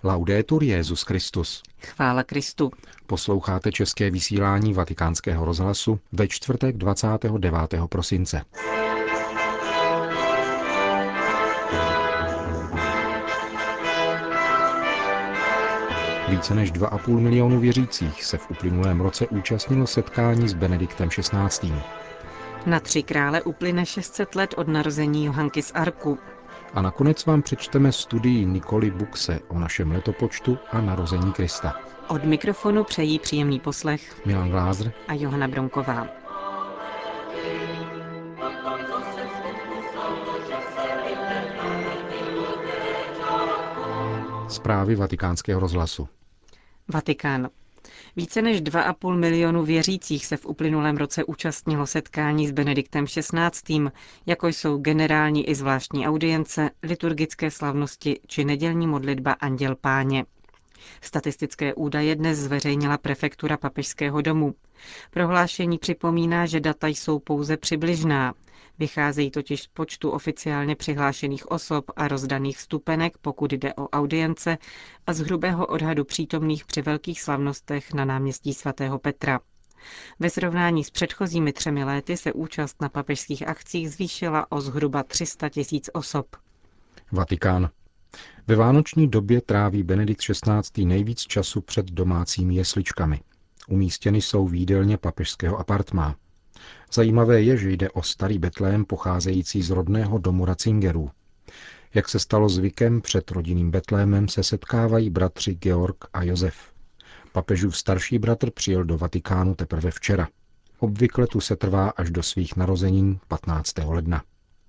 Laudetur Jesus Christus. Chvála Kristu. Posloucháte české vysílání Vatikánského rozhlasu ve čtvrtek 29. prosince. Více než 2,5 milionu věřících se v uplynulém roce účastnilo setkání s Benediktem XVI. Na 3 krále uplyne 600 let od narození Johanky z Arku. A nakonec vám přečteme studii Nikoly Buxe o našem letopočtu a narození Krista. Od mikrofonu přejí příjemný poslech Milan Glázer a Johana Bronková. Zprávy Vatikánského rozhlasu. Vatikán. Více než 2,5 milionu věřících se v uplynulém roce účastnilo setkání s Benediktem XVI., jako jsou generální i zvláštní audience, liturgické slavnosti či nedělní modlitba Anděl Páně. Statistické údaje dnes zveřejnila prefektura Papežského domu. Prohlášení připomíná, že data jsou pouze přibližná. Vycházejí totiž z počtu oficiálně přihlášených osob a rozdaných vstupenek, pokud jde o audience, a z hrubého odhadu přítomných při velkých slavnostech na náměstí svatého Petra. Ve srovnání s předchozími 3 lety se účast na papežských akcích zvýšila o zhruba 300 000 osob. Vatikán. Ve vánoční době tráví Benedikt XVI. Nejvíc času před domácími jesličkami. Umístěny jsou v jídelně papežského apartmá. Zajímavé je, že jde o starý Betlém pocházející z rodného domu Ratzingerů. Jak se stalo zvykem, před rodinným Betlémem se setkávají bratři Georg a Josef. Papežův starší bratr přijel do Vatikánu teprve včera. Obvykle tu se trvá až do svých narozenin 15. ledna.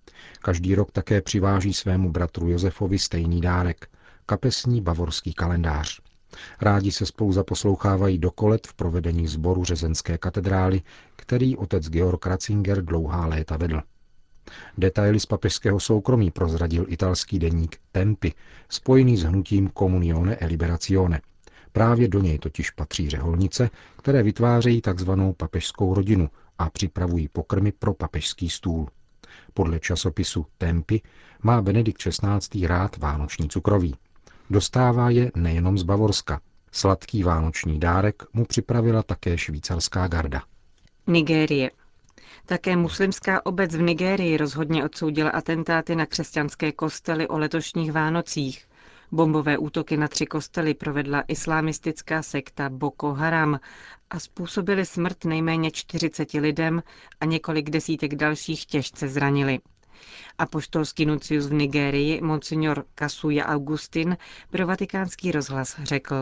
Každý rok také přiváží svému bratru Josefovi stejný dárek – kapesní bavorský kalendář. Rádi se spolu zaposlouchávají do kolet v provedení sboru řezenské katedrály, který otec Georg Ratzinger dlouhá léta vedl. Detaily z papežského soukromí prozradil italský deník Tempi, spojený s hnutím Comunione e Liberazione. Právě do něj totiž patří řeholnice, které vytvářejí takzvanou papežskou rodinu a připravují pokrmy pro papežský stůl. Podle časopisu Tempi má Benedikt XVI. Rád vánoční cukroví. Dostává je nejenom z Bavorska. Sladký vánoční dárek mu připravila také švýcarská garda. Nigérie. Také muslimská obec v Nigérii rozhodně odsoudila atentáty na křesťanské kostely o letošních Vánocích. Bombové útoky na 3 kostely provedla islámistická sekta Boko Haram a způsobily smrt nejméně 40 lidem a několik desítek dalších těžce zranili. Apoštolský nuncius v Nigérii, monsignor Kasuya Augustin, pro Vatikánský rozhlas řekl: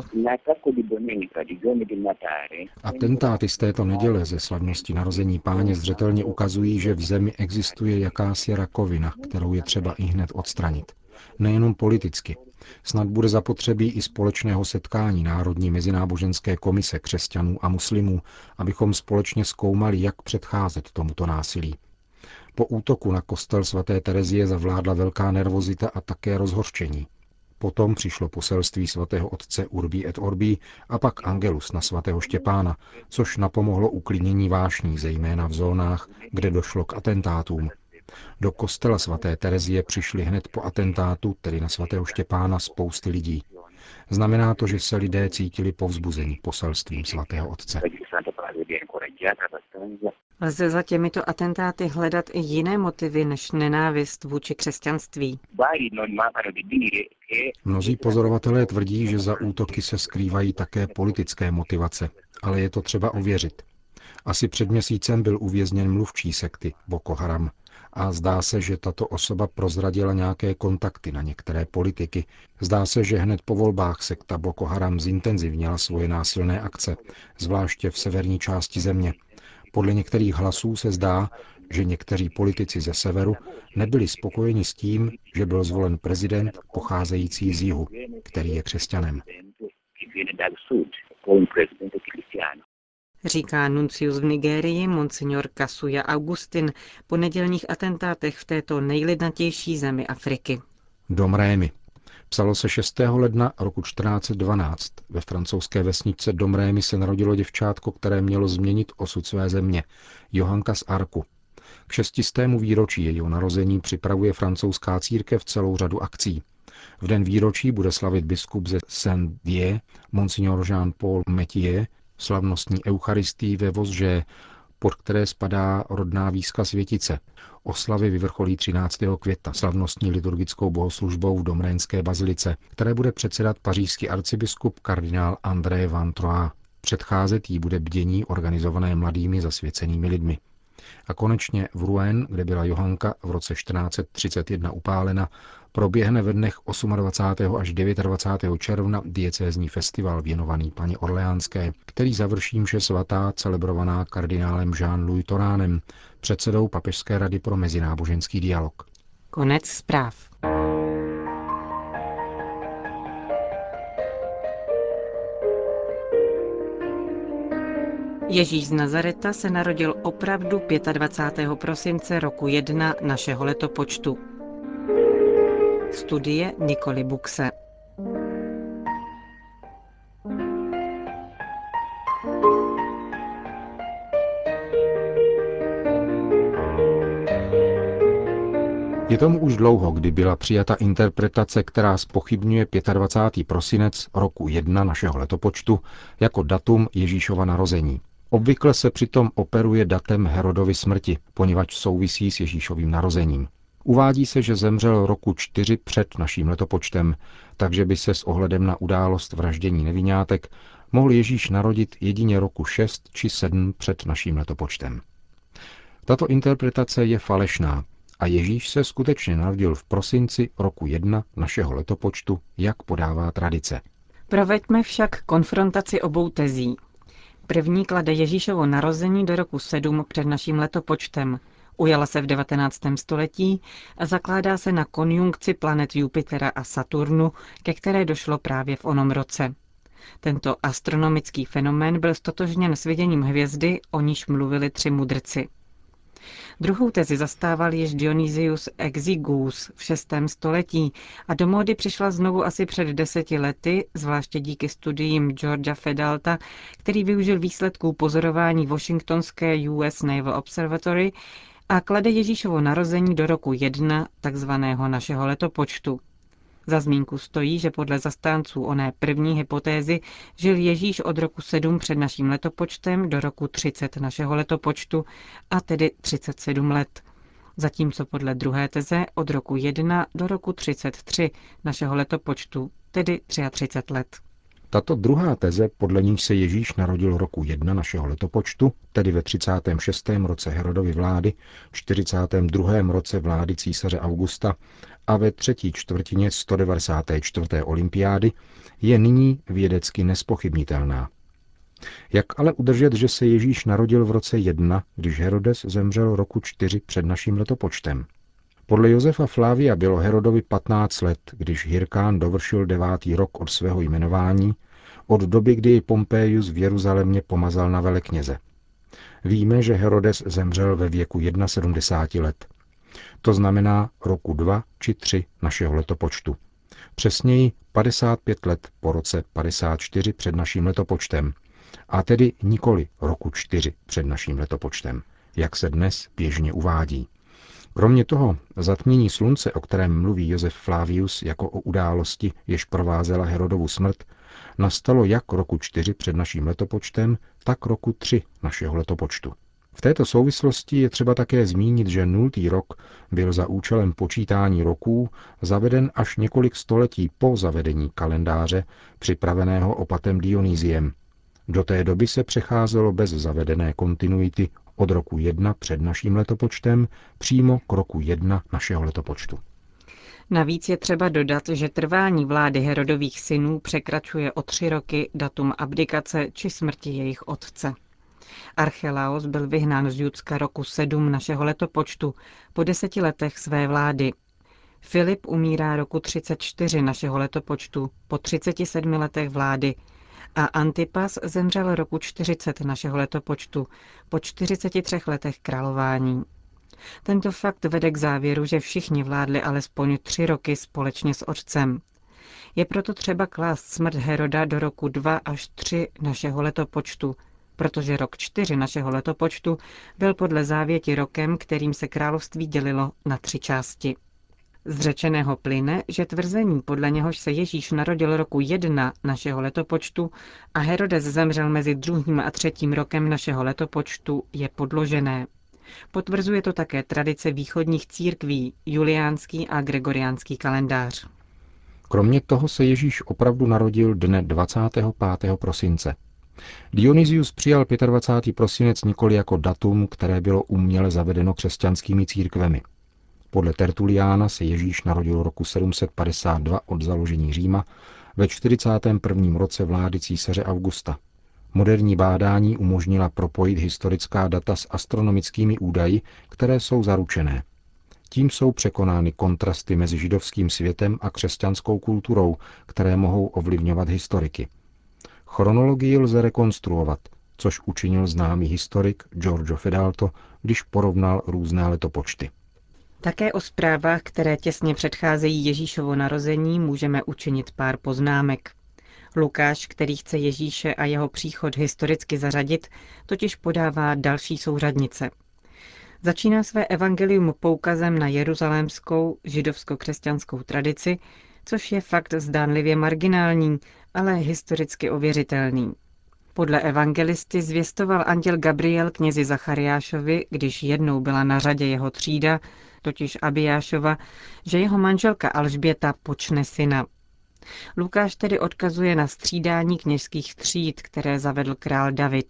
Atentáty z této neděle ze slavnosti narození Páně zřetelně ukazují, že v zemi existuje jakási rakovina, kterou je třeba ihned odstranit. Nejenom politicky. Snad bude zapotřebí i společného setkání Národní mezináboženské komise křesťanů a muslimů, abychom společně zkoumali, jak předcházet tomuto násilí. Po útoku na kostel svaté Terezie zavládla velká nervozita a také rozhořčení. Potom přišlo poselství svatého otce Urbi et Orbi a pak angelus na svatého Štěpána, což napomohlo uklidnění vášní, zejména v zónách, kde došlo k atentátům. Do kostela svaté Terezie přišli hned po atentátu, tedy na svatého Štěpána, spousty lidí. Znamená to, že se lidé cítili povzbuzeni poselstvím svatého otce. Lze za těmito atentáty hledat i jiné motivy než nenávist vůči křesťanství. Mnozí pozorovatelé tvrdí, že za útoky se skrývají také politické motivace, ale je to třeba ověřit. Asi před měsícem byl uvězněn mluvčí sekty Boko Haram a zdá se, že tato osoba prozradila nějaké kontakty na některé politiky. Zdá se, že hned po volbách sekta Boko Haram zintenzivnila svoje násilné akce, zvláště v severní části země. Podle některých hlasů se zdá, že někteří politici ze severu nebyli spokojeni s tím, že byl zvolen prezident pocházející z jihu, který je křesťanem. Říká nuncius v Nigérii monsignor Kasuya Augustin po nedělních atentátech v této nejlidnatější zemi Afriky. Dom Rémy. Psalo se 6. ledna roku 1412. Ve francouzské vesničce Dom Rémy se narodilo děvčátko, které mělo změnit osud své země, Johanka z Arku. K 600. výročí jejího narození připravuje francouzská církev celou řadu akcí. V den výročí bude slavit biskup ze Saint-Dié, monsignor Jean-Paul Métier, slavnostní eucharistii ve Vosže, pod které spadá rodná víska Světice. Oslavy vyvrcholí 13. května slavnostní liturgickou bohoslužbou v Domrénské bazilice, které bude předsedat pařížský arcibiskup kardinál André Van Troyes. Předcházet jí bude bdění organizované mladými zasvěcenými lidmi. A konečně v Rouen, kde byla Johanka v roce 1431 upálena, proběhne ve dnech 28. až 29. června diecézní festival věnovaný paně Orleánské, který završí mše svatá celebrovaná kardinálem Jean-Louis Toránem, předsedou Papežské rady pro mezináboženský dialog. Konec zpráv. Ježíš z Nazareta se narodil opravdu 25. prosince roku 1 našeho letopočtu. Studie Nikoli Buxe. Je tomu už dlouho, kdy byla přijata interpretace, která zpochybňuje 25. prosinec roku 1 našeho letopočtu jako datum Ježíšova narození. Obvykle se přitom operuje datem Herodovy smrti, poněvadž souvisí s Ježíšovým narozením. Uvádí se, že zemřel roku 4 před naším letopočtem, takže by se s ohledem na událost vraždění neviňátek mohl Ježíš narodit jedině roku 6 či 7 před naším letopočtem. Tato interpretace je falešná a Ježíš se skutečně narodil v prosinci roku 1 našeho letopočtu, jak podává tradice. Proveďme však konfrontaci obou tezí. První klade Ježíšovo narození do roku 7 před naším letopočtem. Ujala se v 19. století a zakládá se na konjunkci planet Jupitera a Saturnu, ke které došlo právě v onom roce. Tento astronomický fenomén byl ztotožněn s viděním hvězdy, o níž mluvili 3 mudrci. Druhou tezi zastával již Dionysius Exiguus v 6. století a do módy přišla znovu asi před 10 lety, zvláště díky studiím Georgea Fedalta, který využil výsledků pozorování washingtonské US Naval Observatory a klade Ježíšovo narození do roku 1, takzvaného našeho letopočtu. Za zmínku stojí, že podle zastánců oné první hypotézy žil Ježíš od roku 7 před naším letopočtem do roku 30 našeho letopočtu, a tedy 37 let. Zatímco podle druhé teze od roku 1 do roku 33 našeho letopočtu, tedy 33 let. Tato druhá teze, podle níž se Ježíš narodil roku 1 našeho letopočtu, tedy ve 36. roce Herodovy vlády, 42. roce vlády císaře Augusta a ve třetí čtvrtině 194. olympiády, je nyní vědecky nespochybnitelná. Jak ale udržet, že se Ježíš narodil v roce 1, když Herodes zemřel roku 4 před naším letopočtem? Podle Josefa Flavia bylo Herodovi 15 let, když Hyrkán dovršil 9. rok od svého jmenování, od doby, kdy Pompeius v Jeruzalémě pomazal na velekněze. Víme, že Herodes zemřel ve věku 71 let. To znamená roku 2 či 3 našeho letopočtu. Přesněji 55 let po roce 54 před naším letopočtem, a tedy nikoli roku 4 před naším letopočtem, jak se dnes běžně uvádí. Kromě toho zatmění slunce, o kterém mluví Josef Flavius jako o události, jež provázela Herodovu smrt, nastalo jak roku 4 před naším letopočtem, tak roku 3 našeho letopočtu. V této souvislosti je třeba také zmínit, že 0. rok byl za účelem počítání roků zaveden až několik století po zavedení kalendáře připraveného opatem Dionysiem. Do té doby se přecházelo bez zavedené kontinuity od roku 1 před naším letopočtem přímo k roku 1 našeho letopočtu. Navíc je třeba dodat, že trvání vlády Herodových synů překračuje o 3 roky datum abdikace či smrti jejich otce. Archelaos byl vyhnán z Judska roku 7 našeho letopočtu po 10 letech své vlády. Filip umírá roku 34 našeho letopočtu po 37 letech vlády a Antipas zemřel roku 40 našeho letopočtu po 43 letech králování. Tento fakt vede k závěru, že všichni vládli alespoň 3 roky společně s otcem. Je proto třeba klást smrt Heroda do roku 2 až 3 našeho letopočtu, protože rok 4 našeho letopočtu byl podle závěti rokem, kterým se království dělilo na 3 části. Z řečeného plyne, že tvrzení, podle něhož se Ježíš narodil roku 1 našeho letopočtu a Herodes zemřel mezi 2. a 3. rokem našeho letopočtu, je podložené. Potvrzuje to také tradice východních církví, juliánský a gregoriánský kalendář. Kromě toho se Ježíš opravdu narodil dne 25. prosince. Dionysius přijal 25. prosinec nikoli jako datum, které bylo uměle zavedeno křesťanskými církvemi. Podle Tertuliána se Ježíš narodil roku 752 od založení Říma ve 41. roce vlády císaře Augusta. Moderní bádání umožnila propojit historická data s astronomickými údaji, které jsou zaručené. Tím jsou překonány kontrasty mezi židovským světem a křesťanskou kulturou, které mohou ovlivňovat historiky. Chronologii lze rekonstruovat, což učinil známý historik Giorgio Fedalto, když porovnal různé letopočty. Také o zprávách, které těsně předcházejí Ježíšovo narození, můžeme učinit pár poznámek. Lukáš, který chce Ježíše a jeho příchod historicky zařadit, totiž podává další souřadnice. Začíná své evangelium poukazem na jeruzalémskou židovsko-křesťanskou tradici, což je fakt zdánlivě marginální, ale historicky ověřitelný. Podle evangelisty zvěstoval anděl Gabriel knězi Zachariášovi, když jednou byla na řadě jeho třída, totiž Abijášova, že jeho manželka Alžběta počne syna. Lukáš tedy odkazuje na střídání kněžských tříd, které zavedl král David.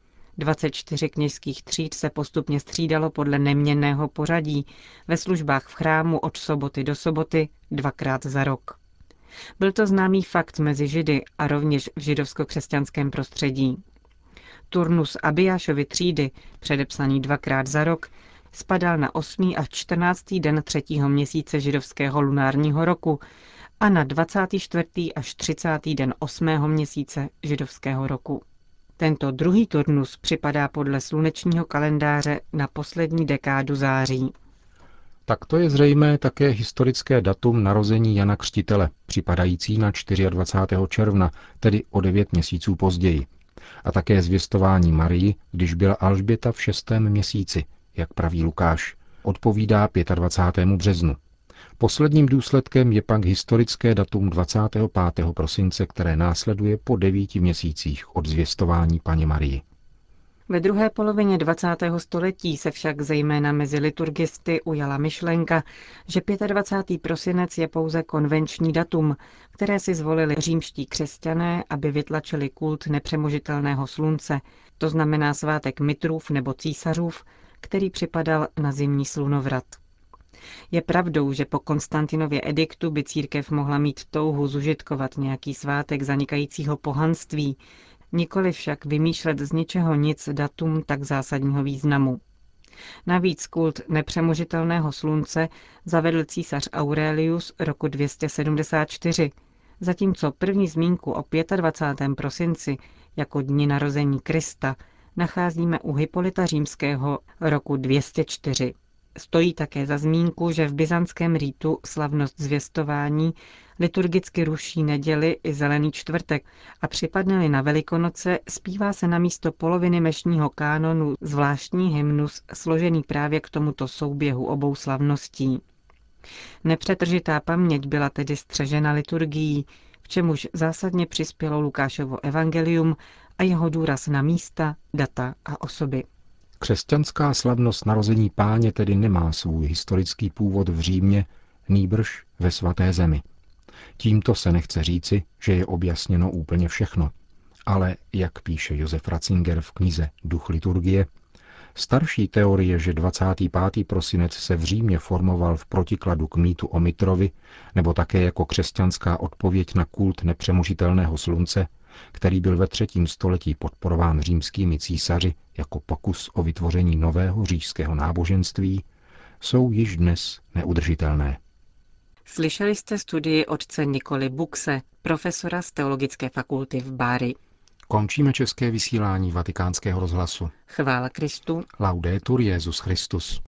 24 kněžských tříd se postupně střídalo podle neměnného pořadí ve službách v chrámu od soboty do soboty 2krát za rok. Byl to známý fakt mezi Židy a rovněž v židovsko-křesťanském prostředí. Turnus Abijášovy třídy, předepsaný 2krát za rok, spadal na 8. až 14. den 3. měsíce židovského lunárního roku a na 24. až 30. den 8. měsíce židovského roku. Tento druhý turnus připadá podle slunečního kalendáře na poslední dekádu září. Takto je zřejmé také historické datum narození Jana Křtitele, připadající na 24. června, tedy o 9 měsíců později. A také zvěstování Marii, když byla Alžběta v 6. měsíci, jak praví Lukáš, odpovídá 25. březnu. Posledním důsledkem je pak historické datum 25. prosince, které následuje po 9 měsících od zvěstování Panny Marii. Ve druhé polovině 20. století se však zejména mezi liturgisty ujala myšlenka, že 25. prosinec je pouze konvenční datum, které si zvolili římští křesťané, aby vytlačili kult nepřemožitelného slunce, to znamená svátek mitrův nebo císařův, který připadal na zimní slunovrat. Je pravdou, že po Konstantinově ediktu by církev mohla mít touhu zužitkovat nějaký svátek zanikajícího pohanství, nikoli však vymýšlet z ničeho nic datum tak zásadního významu. Navíc kult nepřemožitelného slunce zavedl císař Aurelius roku 274, zatímco první zmínku o 25. prosinci jako dni narození Krista nacházíme u Hippolyta Římského roku 204. Stojí také za zmínku, že v byzantském rýtu slavnost zvěstování liturgicky ruší neděli i zelený čtvrtek a připadne-li na Velikonoce, zpívá se na místo poloviny mešního kánonu zvláštní hymnus složený právě k tomuto souběhu obou slavností. Nepřetržitá paměť byla tedy střežena liturgií, v čemuž zásadně přispělo Lukášovo evangelium a jeho důraz na místa, data a osoby. Křesťanská slavnost narození Páně tedy nemá svůj historický původ v Římě, nýbrž ve Svaté zemi. Tímto se nechce říci, že je objasněno úplně všechno. Ale, jak píše Josef Ratzinger v knize Duch liturgie, starší teorie, že 25. prosinec se v Římě formoval v protikladu k mýtu o Mitrovi, nebo také jako křesťanská odpověď na kult nepřemožitelného slunce, který byl ve 3. století podporován římskými císaři jako pokus o vytvoření nového říšského náboženství, jsou již dnes neudržitelné. Slyšeli jste studii otce Nikoli Buxe, profesora z Teologické fakulty v Bari. Končíme české vysílání Vatikánského rozhlasu. Chvála Kristu. Laudetur Jesus Christus.